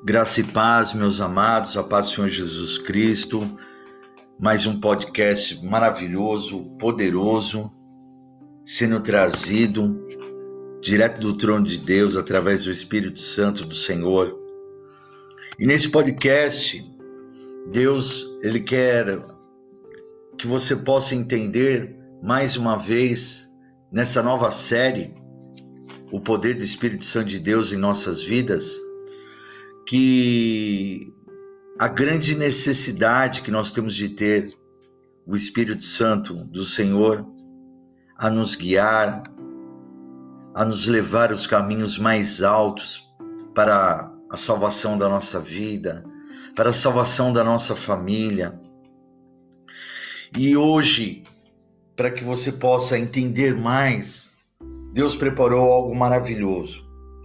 Graça e paz, meus amados, a paz do Senhor Jesus Cristo. Mais um podcast maravilhoso, poderoso, sendo trazido direto do trono de Deus, através do Espírito Santo do Senhor. E nesse podcast, Deus, Ele quer que você possa entender, mais uma vez, nessa nova série, o poder do Espírito Santo de Deus em nossas vidas, que a grande necessidade que nós temos de ter o Espírito Santo do Senhor a nos guiar, a nos levar os caminhos mais altos para a salvação da nossa vida, para a salvação da nossa família. E hoje, para que você possa entender mais, Deus preparou algo maravilhoso.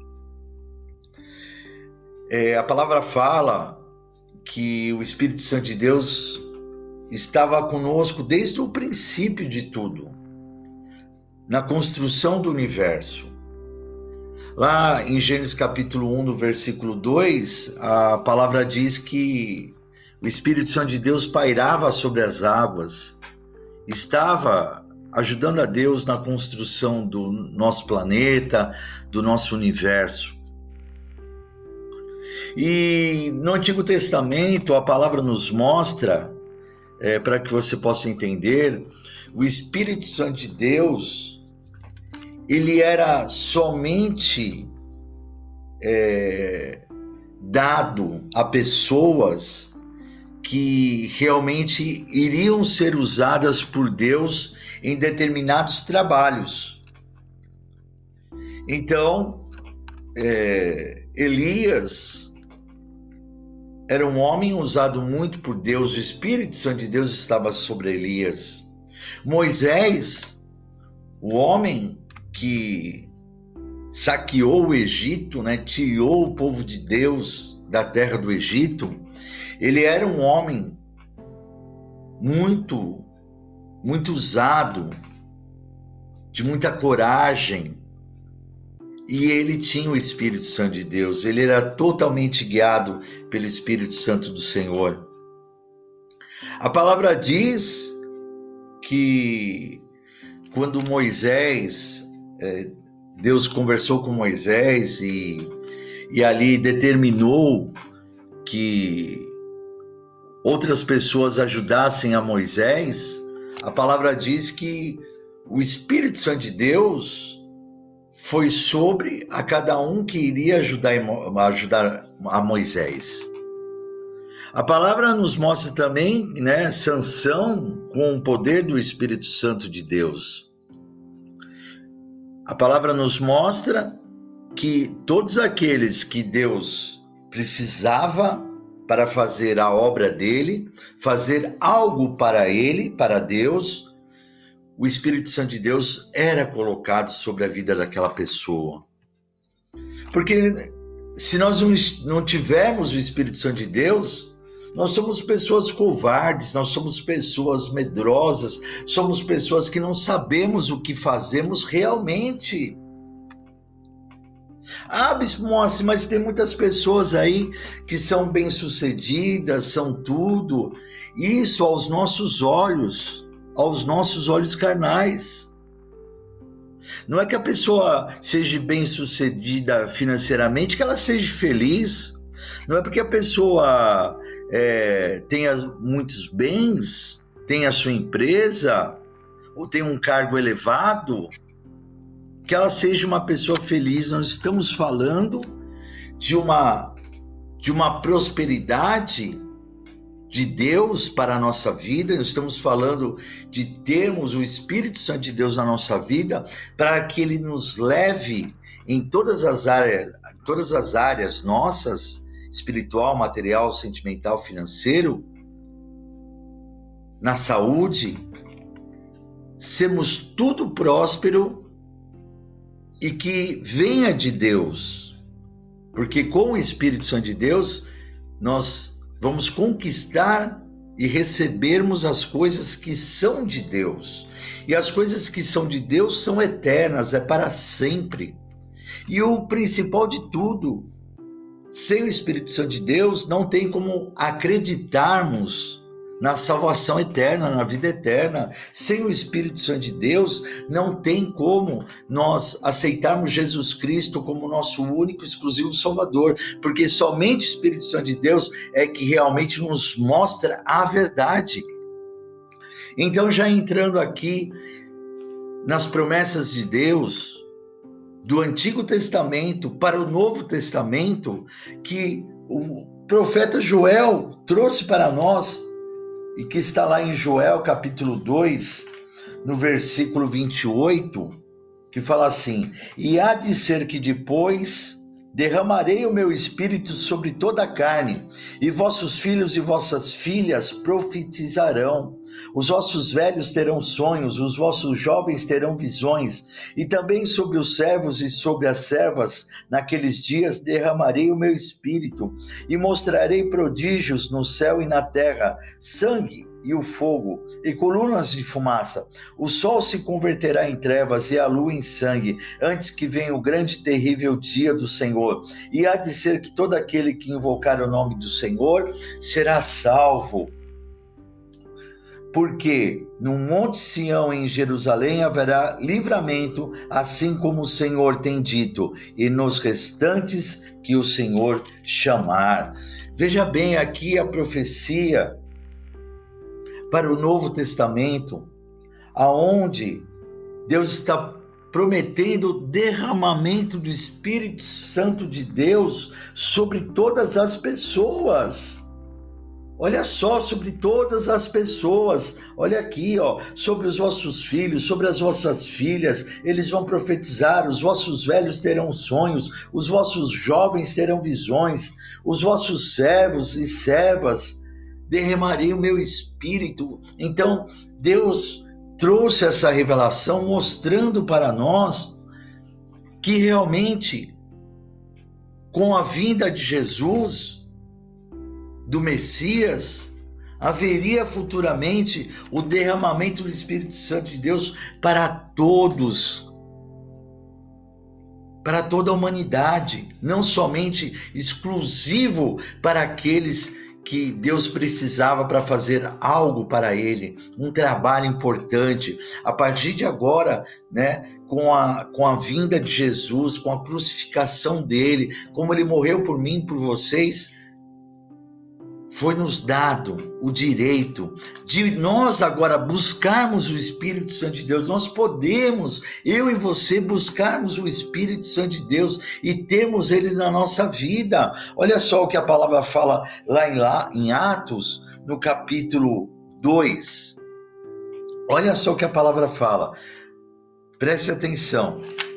A palavra fala que o Espírito Santo de Deus estava conosco desde o princípio de tudo, na construção do universo. Lá em Gênesis capítulo 1, no versículo 2, a palavra diz que o Espírito Santo de Deus pairava sobre as águas, estava ajudando a Deus na construção do nosso planeta, do nosso universo. E no Antigo Testamento, a palavra nos mostra, para que você possa entender, o Espírito Santo de Deus, ele era somente dado a pessoas que realmente iriam ser usadas por Deus em determinados trabalhos. Então, Elias era um homem usado muito por Deus, o Espírito Santo de Deus estava sobre Elias. Moisés, o homem que saqueou o Egito, tirou o povo de Deus da terra do Egito, ele era um homem muito usado, de muita coragem, e ele tinha o Espírito Santo de Deus, ele era totalmente guiado pelo Espírito Santo do Senhor. A palavra diz que quando Moisés, Deus conversou com Moisés e ali determinou que outras pessoas ajudassem a Moisés, a palavra diz que o Espírito Santo de Deus foi sobre a cada um que iria ajudar a Moisés. A palavra nos mostra também, Sansão com o poder do Espírito Santo de Deus. A palavra nos mostra que todos aqueles que Deus precisava para fazer a obra dele, fazer algo para ele, para Deus, o Espírito Santo de Deus era colocado sobre a vida daquela pessoa. Porque se nós não tivermos o Espírito Santo de Deus, nós somos pessoas covardes, nós somos pessoas medrosas, somos pessoas que não sabemos o que fazemos realmente. Bispo Mossi, mas tem muitas pessoas aí que são bem-sucedidas, são tudo. Isso aos nossos olhos carnais. Não é que a pessoa seja bem-sucedida financeiramente que ela seja feliz. Não é porque a pessoa tenha muitos bens, tenha a sua empresa, ou tenha um cargo elevado, que ela seja uma pessoa feliz. Nós estamos falando de uma prosperidade de Deus para a nossa vida. Nós estamos falando de termos o Espírito Santo de Deus na nossa vida, para que Ele nos leve em todas as áreas nossas, espiritual, material, sentimental, financeiro, na saúde, sermos tudo próspero e que venha de Deus, porque com o Espírito Santo de Deus nós vamos conquistar e recebermos as coisas que são de Deus. E as coisas que são de Deus são eternas, é para sempre. E o principal de tudo Sem o Espírito Santo de Deus, não tem como acreditarmos na salvação eterna, na vida eterna. Sem o Espírito Santo de Deus, não tem como nós aceitarmos Jesus Cristo como nosso único e exclusivo Salvador, porque somente o Espírito Santo de Deus é que realmente nos mostra a verdade. Então, já entrando aqui nas promessas de Deus, do Antigo Testamento para o Novo Testamento, que o profeta Joel trouxe para nós, e que está lá em Joel capítulo 2, no versículo 28, que fala assim: e há de ser que depois derramarei o meu espírito sobre toda a carne, e vossos filhos e vossas filhas profetizarão, os vossos velhos terão sonhos, os vossos jovens terão visões, e também sobre os servos e sobre as servas, naqueles dias derramarei o meu espírito, e mostrarei prodígios no céu e na terra, sangue e o fogo, e colunas de fumaça. O sol se converterá em trevas e a lua em sangue, antes que venha o grande e terrível dia do Senhor. E há de ser que todo aquele que invocar o nome do Senhor será salvo. Porque no Monte Sião em Jerusalém haverá livramento, assim como o Senhor tem dito, e nos restantes que o Senhor chamar. Veja bem aqui a profecia para o Novo Testamento, aonde Deus está prometendo o derramamento do Espírito Santo de Deus sobre todas as pessoas. Olha só, sobre todas as pessoas. Olha aqui, ó, sobre os vossos filhos, sobre as vossas filhas, eles vão profetizar, os vossos velhos terão sonhos, os vossos jovens terão visões, os vossos servos e servas derramarei o meu espírito. Então, Deus trouxe essa revelação mostrando para nós que realmente, com a vinda de Jesus, do Messias, haveria futuramente o derramamento do Espírito Santo de Deus para todos, para toda a humanidade, não somente exclusivo para aqueles que Deus precisava para fazer algo para ele, um trabalho importante. A partir de agora, né, com a vinda de Jesus, com a crucificação dele, como ele morreu por mim e por vocês, foi-nos dado o direito de nós agora buscarmos o Espírito Santo de Deus. Nós podemos, eu e você, buscarmos o Espírito Santo de Deus e termos ele na nossa vida. Olha só o que a palavra fala lá em Atos, no capítulo 2. Olha só o que a palavra fala. Preste atenção.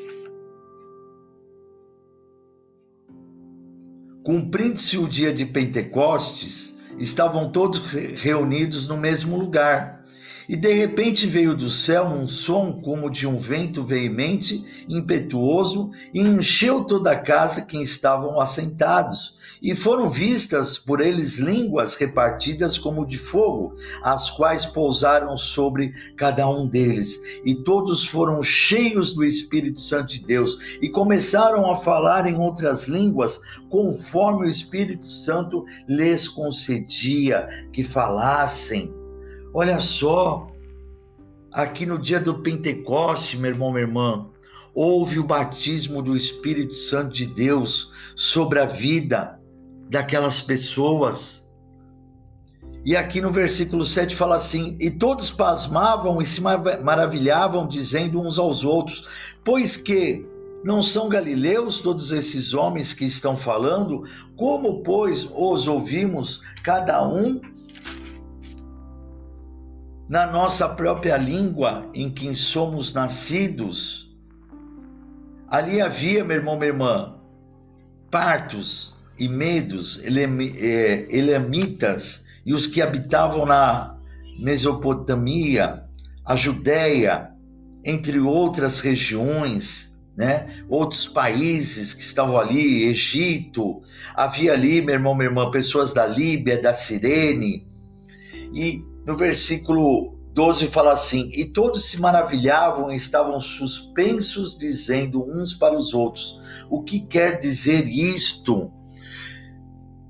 Cumprindo-se o dia de Pentecostes, estavam todos reunidos no mesmo lugar. E de repente veio do céu um som como de um vento veemente, impetuoso, e encheu toda a casa em que estavam assentados. E foram vistas por eles línguas repartidas como de fogo, as quais pousaram sobre cada um deles. E todos foram cheios do Espírito Santo de Deus, e começaram a falar em outras línguas, conforme o Espírito Santo lhes concedia que falassem. Olha só, aqui no dia do Pentecoste, meu irmão, minha irmã, houve o batismo do Espírito Santo de Deus sobre a vida daquelas pessoas. E aqui no versículo 7 fala assim: e todos pasmavam e se maravilhavam, dizendo uns aos outros, pois que não são galileus todos esses homens que estão falando? Como, pois, os ouvimos, cada um na nossa própria língua em que somos nascidos? Ali havia, meu irmão, minha irmã, partos e medos, elamitas, e os que habitavam na Mesopotâmia, a Judéia, entre outras regiões, né? Outros países que estavam ali, Egito, havia ali, meu irmão, minha irmã, pessoas da Líbia, da Cirene. E no versículo 12 fala assim: e todos se maravilhavam e estavam suspensos, dizendo uns para os outros: o que quer dizer isto?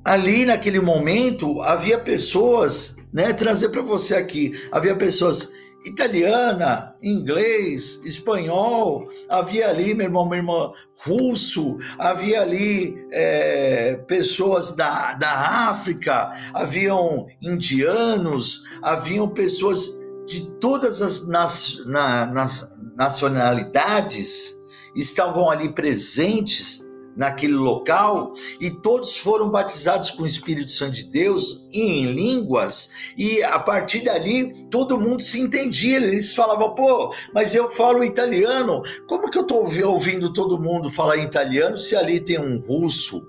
ali naquele momento havia pessoas, né, trazer para você aqui, havia pessoas italiana, inglês, espanhol, havia ali, meu irmão, minha irmã, russo, havia ali pessoas da África, haviam indianos, haviam pessoas de todas as nacionalidades, estavam ali presentes naquele local, e todos foram batizados com o Espírito Santo de Deus e em línguas, e a partir dali todo mundo se entendia. Eles falavam: pô, mas eu falo italiano, como que eu estou ouvindo todo mundo falar italiano se ali tem um russo,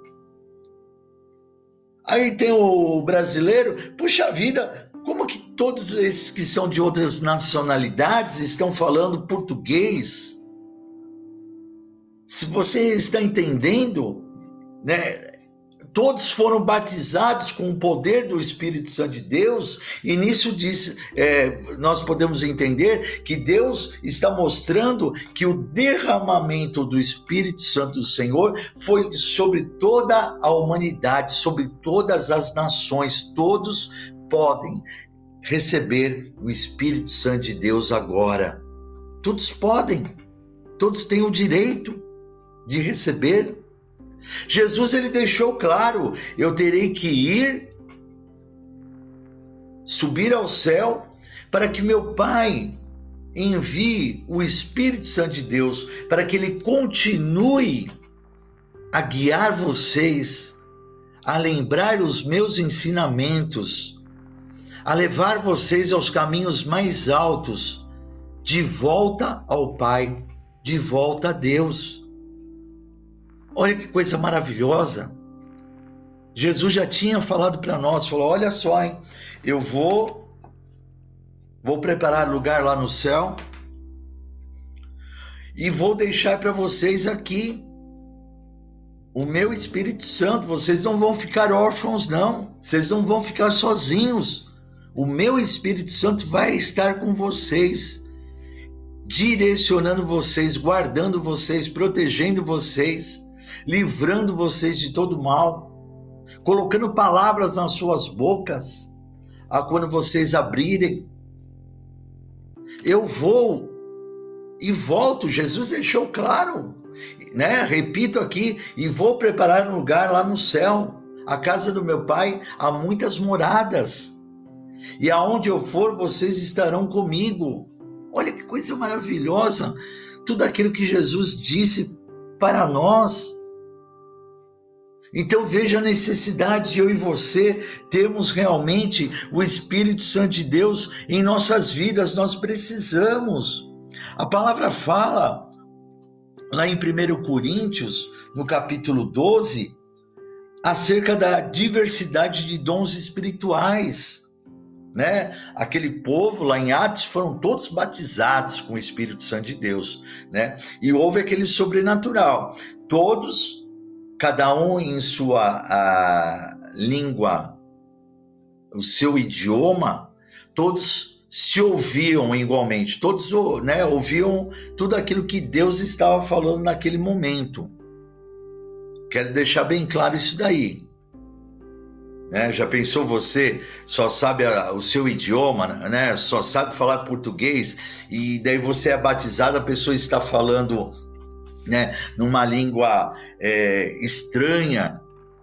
aí tem o brasileiro? Puxa vida, como que todos esses que são de outras nacionalidades estão falando português? Se você está entendendo, né? Todos foram batizados com o poder do Espírito Santo de Deus, e nisso nós podemos entender que Deus está mostrando que o derramamento do Espírito Santo do Senhor foi sobre toda a humanidade, sobre todas as nações. Todos podem receber o Espírito Santo de Deus agora. Todos podem, todos têm o direito de receber. Jesus, ele deixou claro: eu terei que ir, subir ao céu, para que meu Pai envie o Espírito Santo de Deus, para que ele continue a guiar vocês, a lembrar os meus ensinamentos, a levar vocês aos caminhos mais altos, de volta ao Pai, de volta a Deus. Olha que coisa maravilhosa. Jesus já tinha falado para nós, falou: olha só, hein, eu vou preparar lugar lá no céu e vou deixar para vocês aqui o meu Espírito Santo. Vocês não vão ficar órfãos, não. Vocês não vão ficar sozinhos. O meu Espírito Santo vai estar com vocês, direcionando vocês, guardando vocês, protegendo vocês, livrando vocês de todo mal, colocando palavras nas suas bocas, quando vocês abrirem. Eu vou e volto. Jesus deixou claro, né? Repito aqui: e vou preparar um lugar lá no céu. A casa do meu Pai há muitas moradas, e aonde eu for, vocês estarão comigo. Olha que coisa maravilhosa, tudo aquilo que Jesus disse para nós. Então veja a necessidade de eu e você termos realmente o Espírito Santo de Deus em nossas vidas. Nós precisamos. A palavra fala lá em 1 Coríntios, no capítulo 12, acerca da diversidade de dons espirituais, né? Aquele povo lá em Atos foram todos batizados com o Espírito Santo de Deus, né? E houve aquele sobrenatural. Todos, cada um em sua língua, o seu idioma, todos se ouviam igualmente, todos, né, ouviam tudo aquilo que Deus estava falando naquele momento. Quero deixar bem claro isso daí, né? Já pensou, você só sabe o seu idioma, né? Só sabe falar português, e daí você é batizado, a pessoa está falando, né, numa língua estranha.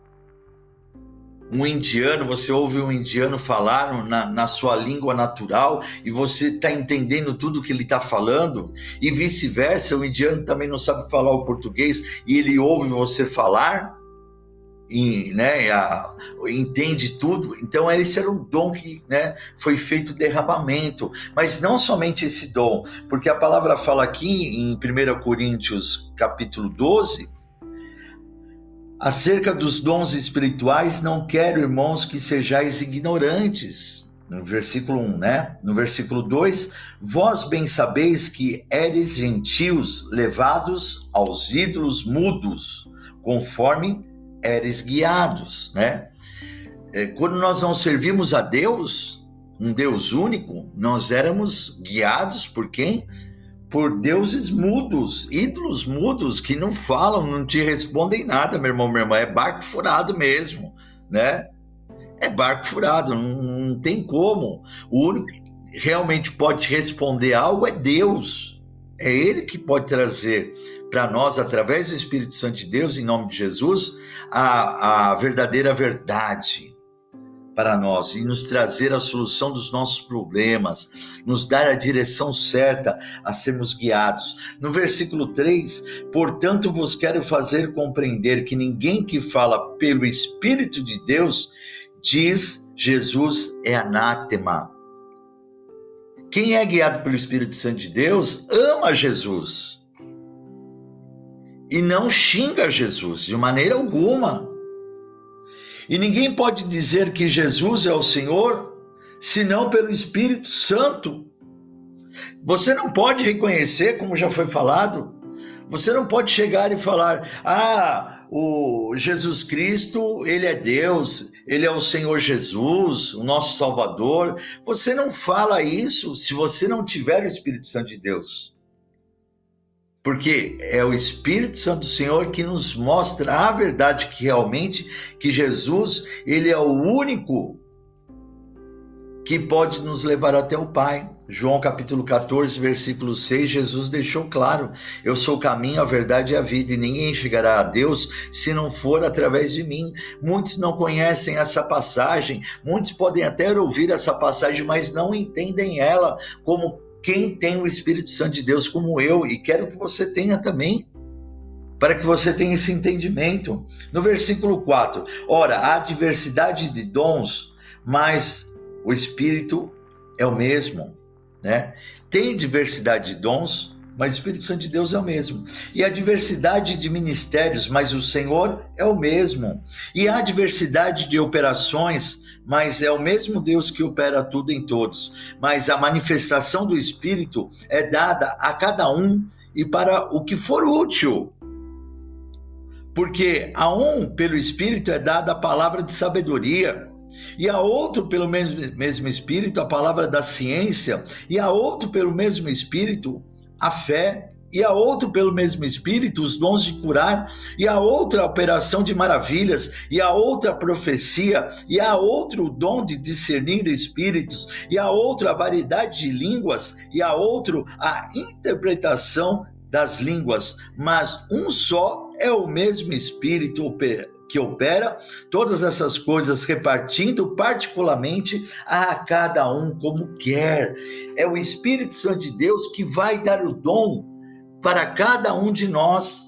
Um indiano, você ouve um indiano falar na sua língua natural e você está entendendo tudo que ele está falando, e vice-versa. O indiano também não sabe falar o português e ele ouve você falar e, né, entende tudo. Então esse era um dom que, né, foi feito derramamento. Mas não somente esse dom, porque a palavra fala aqui em 1 Coríntios capítulo 12, acerca dos dons espirituais: não quero, irmãos, que sejais ignorantes. No versículo 1, né? No versículo 2, vós bem sabeis que éreis gentios levados aos ídolos mudos, conforme éreis guiados, né? Quando nós não servimos a Deus, um Deus único, nós éramos guiados por quem? Por deuses mudos, ídolos mudos, que não falam, não te respondem nada, meu irmão, minha irmã. É barco furado mesmo, né? É barco furado, não tem como. O único que realmente pode responder algo é Deus. É Ele que pode trazer para nós, através do Espírito Santo de Deus, em nome de Jesus, a verdadeira verdade para nós e nos trazer a solução dos nossos problemas, nos dar a direção certa a sermos guiados. No versículo 3, portanto vos quero fazer compreender que ninguém que fala pelo Espírito de Deus diz Jesus é anátema. Quem é guiado pelo Espírito Santo de Deus ama Jesus e não xinga Jesus de maneira alguma. E ninguém pode dizer que Jesus é o Senhor senão pelo Espírito Santo. Você não pode reconhecer, como já foi falado, você não pode chegar e falar, o Jesus Cristo, ele é Deus, ele é o Senhor Jesus, o nosso Salvador. Você não fala isso se você não tiver o Espírito Santo de Deus. Porque é o Espírito Santo do Senhor que nos mostra a verdade, que realmente, que Jesus, ele é o único que pode nos levar até o Pai. João capítulo 14, versículo 6, Jesus deixou claro, eu sou o caminho, a verdade e a vida, e ninguém chegará a Deus se não for através de mim. Muitos não conhecem essa passagem, muitos podem até ouvir essa passagem, mas não entendem ela como quem tem o Espírito Santo de Deus, como eu, e quero que você tenha também, para que você tenha esse entendimento. No versículo 4, ora, há diversidade de dons, mas o Espírito é o mesmo, né? Tem diversidade de dons, mas o Espírito Santo de Deus é o mesmo. E há diversidade de ministérios, mas o Senhor é o mesmo. E há diversidade de operações, mas é o mesmo Deus que opera tudo em todos. Mas a manifestação do Espírito é dada a cada um e para o que for útil. Porque a um, pelo Espírito, é dada a palavra de sabedoria, e a outro, pelo mesmo Espírito, a palavra da ciência, e a outro, pelo mesmo Espírito, a fé, e a outro, pelo mesmo Espírito, os dons de curar, e a outra, a operação de maravilhas, e a outra, a profecia, e a outro, o dom de discernir espíritos, e a outra, a variedade de línguas, e a outro, a interpretação das línguas. Mas um só é o mesmo Espírito que opera todas essas coisas, repartindo particularmente a cada um como quer. É o Espírito Santo de Deus que vai dar o dom para cada um de nós.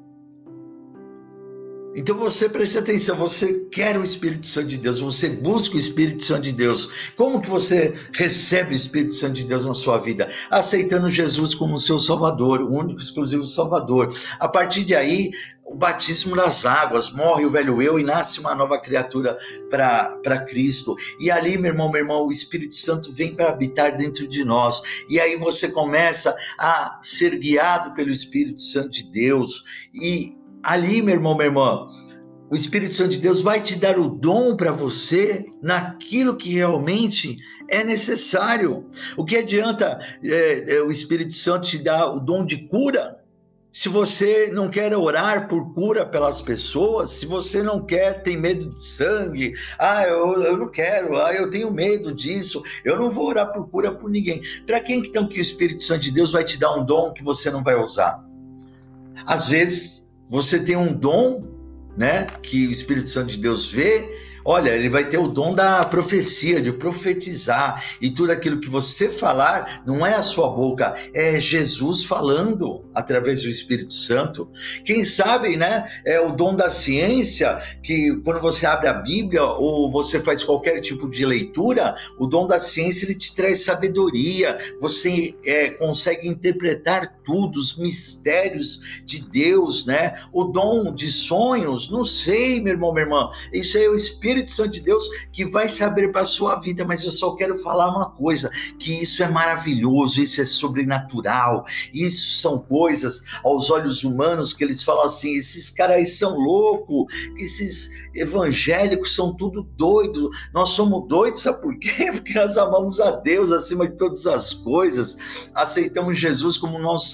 Então você preste atenção, você quer o Espírito Santo de Deus, você busca o Espírito Santo de Deus. Como que você recebe o Espírito Santo de Deus na sua vida? Aceitando Jesus como seu Salvador, o único exclusivo Salvador. A partir de aí, o batismo nas águas, morre o velho eu e nasce uma nova criatura para Cristo. E ali, meu irmão, o Espírito Santo vem para habitar dentro de nós. E aí você começa a ser guiado pelo Espírito Santo de Deus. E ali, meu irmão, minha irmã, o Espírito Santo de Deus vai te dar o dom para você naquilo que realmente é necessário. O que adianta o Espírito Santo te dar o dom de cura se você não quer orar por cura pelas pessoas, se você não quer, tem medo de sangue, eu não quero, eu tenho medo disso, eu não vou orar por cura por ninguém. Para quem então que o Espírito Santo de Deus vai te dar um dom que você não vai usar? Às vezes você tem um dom, né, que o Espírito Santo de Deus vê. Olha, ele vai ter o dom da profecia, de profetizar, e tudo aquilo que você falar não é a sua boca, é Jesus falando através do Espírito Santo. Quem sabe, né, é o dom da ciência, que quando você abre a Bíblia ou você faz qualquer tipo de leitura, o dom da ciência ele te traz sabedoria, você consegue interpretar tudo, os mistérios de Deus, né? O dom de sonhos, não sei, meu irmão, minha irmã, isso é o Espírito Santo de Deus que vai se abrir para a sua vida, mas eu só quero falar uma coisa, que isso é maravilhoso, isso é sobrenatural, isso são coisas aos olhos humanos que eles falam assim, esses caras aí são loucos, esses evangélicos são tudo doidos, nós somos doidos, sabe por quê? Porque nós amamos a Deus acima de todas as coisas, aceitamos Jesus como nosso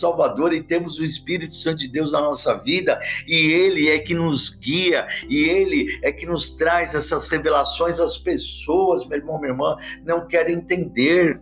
Salvador e temos o Espírito Santo de Deus na nossa vida, e Ele é que nos guia, e Ele é que nos traz essas revelações. As pessoas, meu irmão, minha irmã, não querem entender.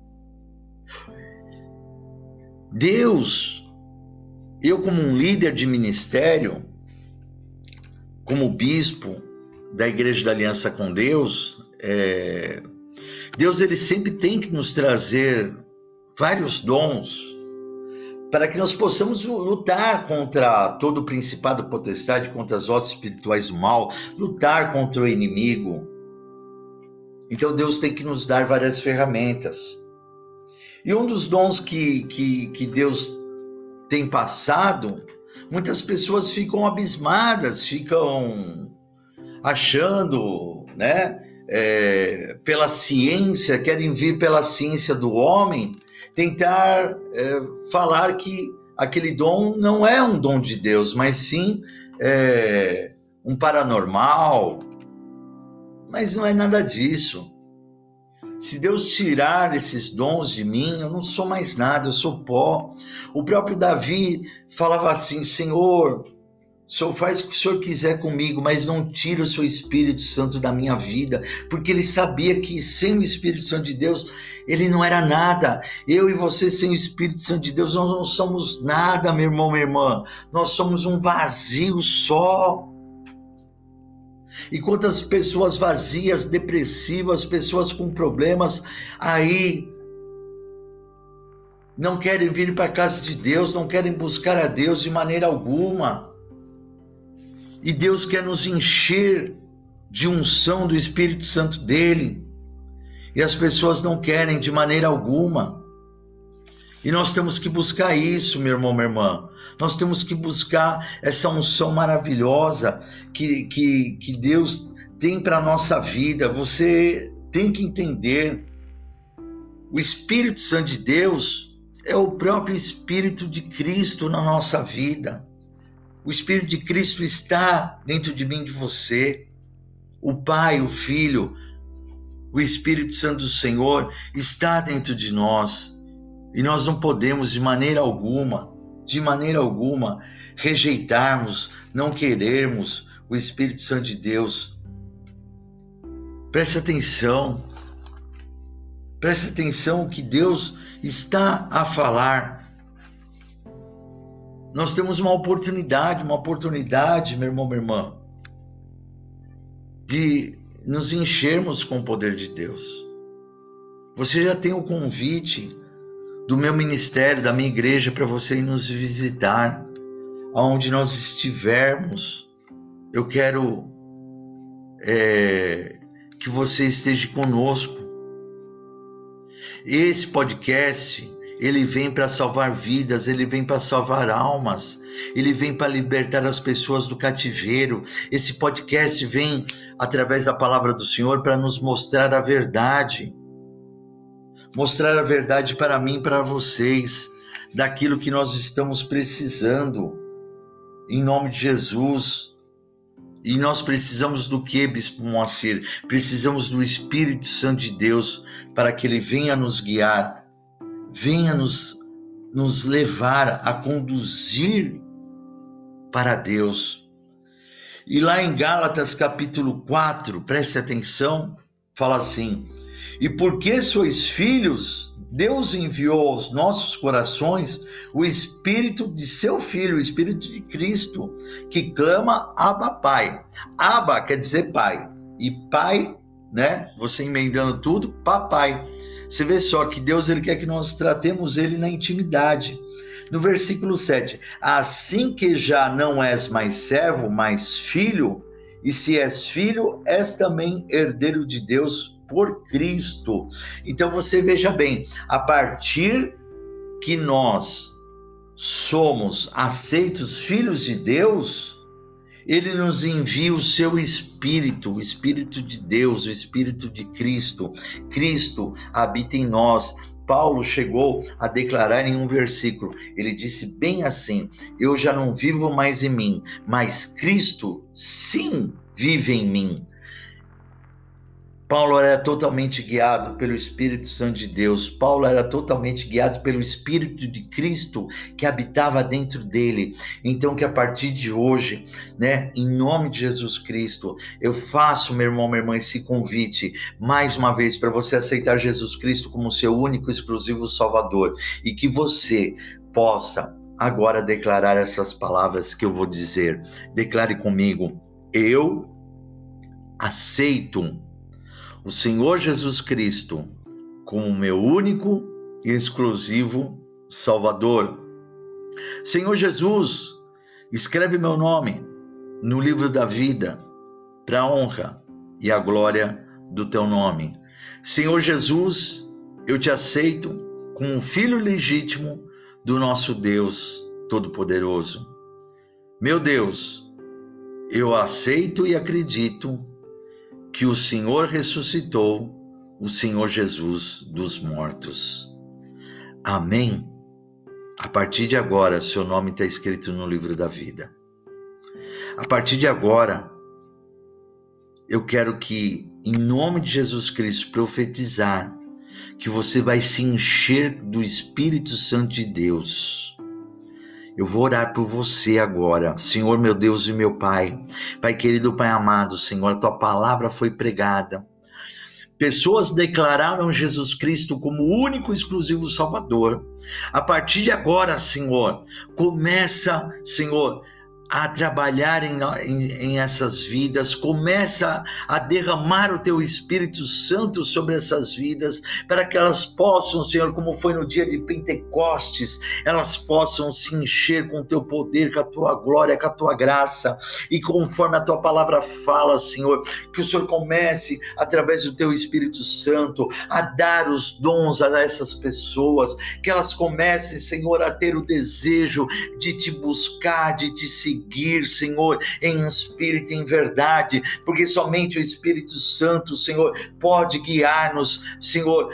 Deus, eu como um líder de ministério, como bispo da Igreja da Aliança com Deus, Deus ele sempre tem que nos trazer vários dons para que nós possamos lutar contra todo o principado, potestade, contra as hostes espirituais do mal, lutar contra o inimigo. Então Deus tem que nos dar várias ferramentas. E um dos dons que Deus tem passado, muitas pessoas ficam abismadas, ficam achando, né, pela ciência, querem vir pela ciência do homem, tentar falar que aquele dom não é um dom de Deus, mas sim um paranormal. Mas não é nada disso. Se Deus tirar esses dons de mim, eu não sou mais nada, eu sou pó. O próprio Davi falava assim: Senhor, o Senhor faz o que o Senhor quiser comigo, mas não tira o seu Espírito Santo da minha vida, porque ele sabia que sem o Espírito Santo de Deus, ele não era nada. Eu e você sem o Espírito Santo de Deus, nós não somos nada, meu irmão, minha irmã. Nós somos um vazio só. E quantas pessoas vazias, depressivas, pessoas com problemas, aí não querem vir para a casa de Deus, não querem buscar a Deus de maneira alguma. E Deus quer nos encher de unção do Espírito Santo dele. E as pessoas não querem de maneira alguma. E nós temos que buscar isso, meu irmão, minha irmã. Nós temos que buscar essa unção maravilhosa que Deus tem para a nossa vida. Você tem que entender. O Espírito Santo de Deus é o próprio Espírito de Cristo na nossa vida. O Espírito de Cristo está dentro de mim e de você. O Pai, o Filho, o Espírito Santo do Senhor está dentro de nós. E nós não podemos de maneira alguma, rejeitarmos, não querermos o Espírito Santo de Deus. Preste atenção o que Deus está a falar. Nós temos uma oportunidade, meu irmão, minha irmã, de nos enchermos com o poder de Deus. Você já tem o convite do meu ministério, da minha igreja, para você ir nos visitar, aonde nós estivermos. Eu quero que você esteja conosco. Esse podcast, ele vem para salvar vidas, ele vem para salvar almas, ele vem para libertar as pessoas do cativeiro. Esse podcast vem através da palavra do Senhor para nos mostrar a verdade. Mostrar a verdade para mim e para vocês, daquilo que nós estamos precisando, em nome de Jesus. E nós precisamos do que, Bispo Moacir? Precisamos do Espírito Santo de Deus, para que ele venha nos guiar, venha nos levar a conduzir para Deus. E lá em Gálatas capítulo 4, preste atenção, fala assim: e porque sois filhos, Deus enviou aos nossos corações o Espírito de seu Filho, o Espírito de Cristo, que clama Abba Pai. Abba quer dizer Pai, e Pai, né? Você emendando tudo, Papai. Você vê só que Deus ele quer que nós tratemos ele na intimidade. No versículo 7, assim que já não és mais servo, mas filho, e se és filho, és também herdeiro de Deus por Cristo. Então você veja bem, a partir que nós somos aceitos filhos de Deus, ele nos envia o seu Espírito, o Espírito de Deus, o Espírito de Cristo. Cristo habita em nós. Paulo chegou a declarar em um versículo, ele disse bem assim: eu já não vivo mais em mim, mas Cristo sim vive em mim. Paulo era totalmente guiado pelo Espírito Santo de Deus. Paulo era totalmente guiado pelo Espírito de Cristo que habitava dentro dele. Então, que a partir de hoje, né, em nome de Jesus Cristo, eu faço, meu irmão, minha irmã, esse convite mais uma vez para você aceitar Jesus Cristo como seu único e exclusivo Salvador e que você possa agora declarar essas palavras que eu vou dizer. Declare comigo: eu aceito o Senhor Jesus Cristo como meu único e exclusivo Salvador. Senhor Jesus, escreve meu nome no livro da vida, para a honra e a glória do teu nome. Senhor Jesus, eu te aceito como um filho legítimo do nosso Deus Todo-Poderoso. Meu Deus, eu aceito e acredito que o Senhor ressuscitou o Senhor Jesus dos mortos. Amém? A partir de agora, seu nome está escrito no livro da vida. A partir de agora, eu quero que, em nome de Jesus Cristo, profetizar que você vai se encher do Espírito Santo de Deus. Eu vou orar por você agora, Senhor meu Deus e meu Pai. Pai querido, Pai amado, Senhor, a tua palavra foi pregada. Pessoas declararam Jesus Cristo como o único e exclusivo Salvador. A partir de agora, Senhor, começa, Senhor, a trabalhar em essas vidas, começa a derramar o teu Espírito Santo sobre essas vidas, para que elas possam, Senhor, como foi no dia de Pentecostes, elas possam se encher com o teu poder, com a tua glória, com a tua graça, e conforme a tua palavra fala, Senhor, que o Senhor comece, através do teu Espírito Santo, a dar os dons a essas pessoas, que elas comecem, Senhor, a ter o desejo de te buscar, de te seguir, Senhor, em espírito e em verdade, porque somente o Espírito Santo, Senhor, pode guiar-nos, Senhor,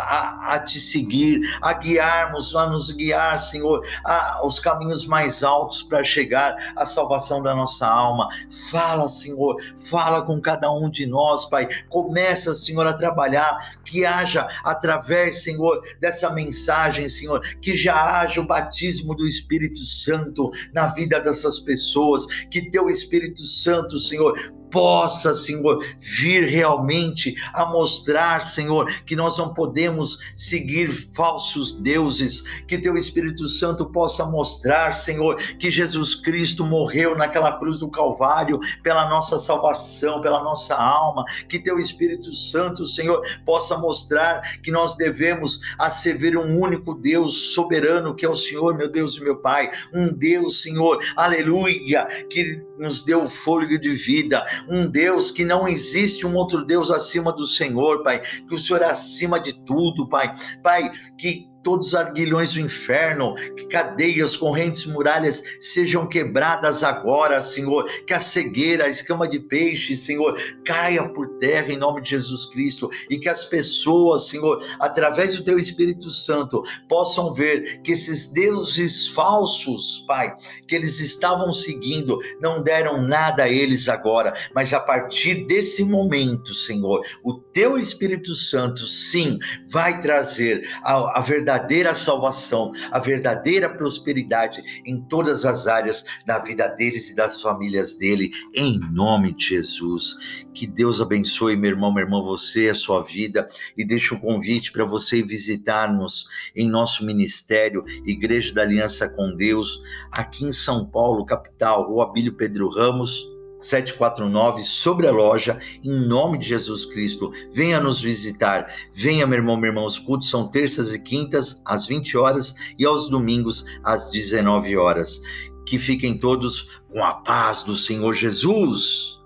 a te seguir, a nos guiar, Senhor, aos caminhos mais altos para chegar à salvação da nossa alma. Fala, Senhor, fala com cada um de nós, Pai. Começa, Senhor, a trabalhar, que haja através, Senhor, dessa mensagem, Senhor, que já haja o batismo do Espírito Santo na vida dessas pessoas, que teu Espírito Santo, Senhor, possa, Senhor, vir realmente a mostrar, Senhor, que nós não podemos seguir falsos deuses, que teu Espírito Santo possa mostrar, Senhor, que Jesus Cristo morreu naquela cruz do Calvário pela nossa salvação, pela nossa alma, que teu Espírito Santo, Senhor, possa mostrar que nós devemos servir um único Deus soberano, que é o Senhor, meu Deus e meu Pai, um Deus, Senhor, aleluia, que nos deu o fôlego de vida, um Deus que não existe um outro Deus acima do Senhor, Pai, que o Senhor é acima de tudo, Pai, que todos os arguilhões do inferno, que cadeias, correntes, muralhas sejam quebradas agora, Senhor, que a cegueira, a escama de peixe, Senhor, caia por terra em nome de Jesus Cristo, e que as pessoas, Senhor, através do teu Espírito Santo, possam ver que esses deuses falsos, Pai, que eles estavam seguindo, não deram nada a eles agora, mas a partir desse momento, Senhor, o teu Espírito Santo, sim, vai trazer a verdadeira salvação, a verdadeira prosperidade em todas as áreas da vida deles e das famílias dele, em nome de Jesus. Que Deus abençoe, meu irmão, minha irmã, você, a sua vida, e deixo o convite para você visitar-nos em nosso ministério, Igreja da Aliança com Deus, aqui em São Paulo, capital, Rua Abílio Pedro Ramos, 749, sobre a loja, em nome de Jesus Cristo. Venha nos visitar, venha, meu irmão, minha irmã. Os cultos são terças e quintas às 20 horas e aos domingos às 19 horas. Que fiquem todos com a paz do Senhor Jesus.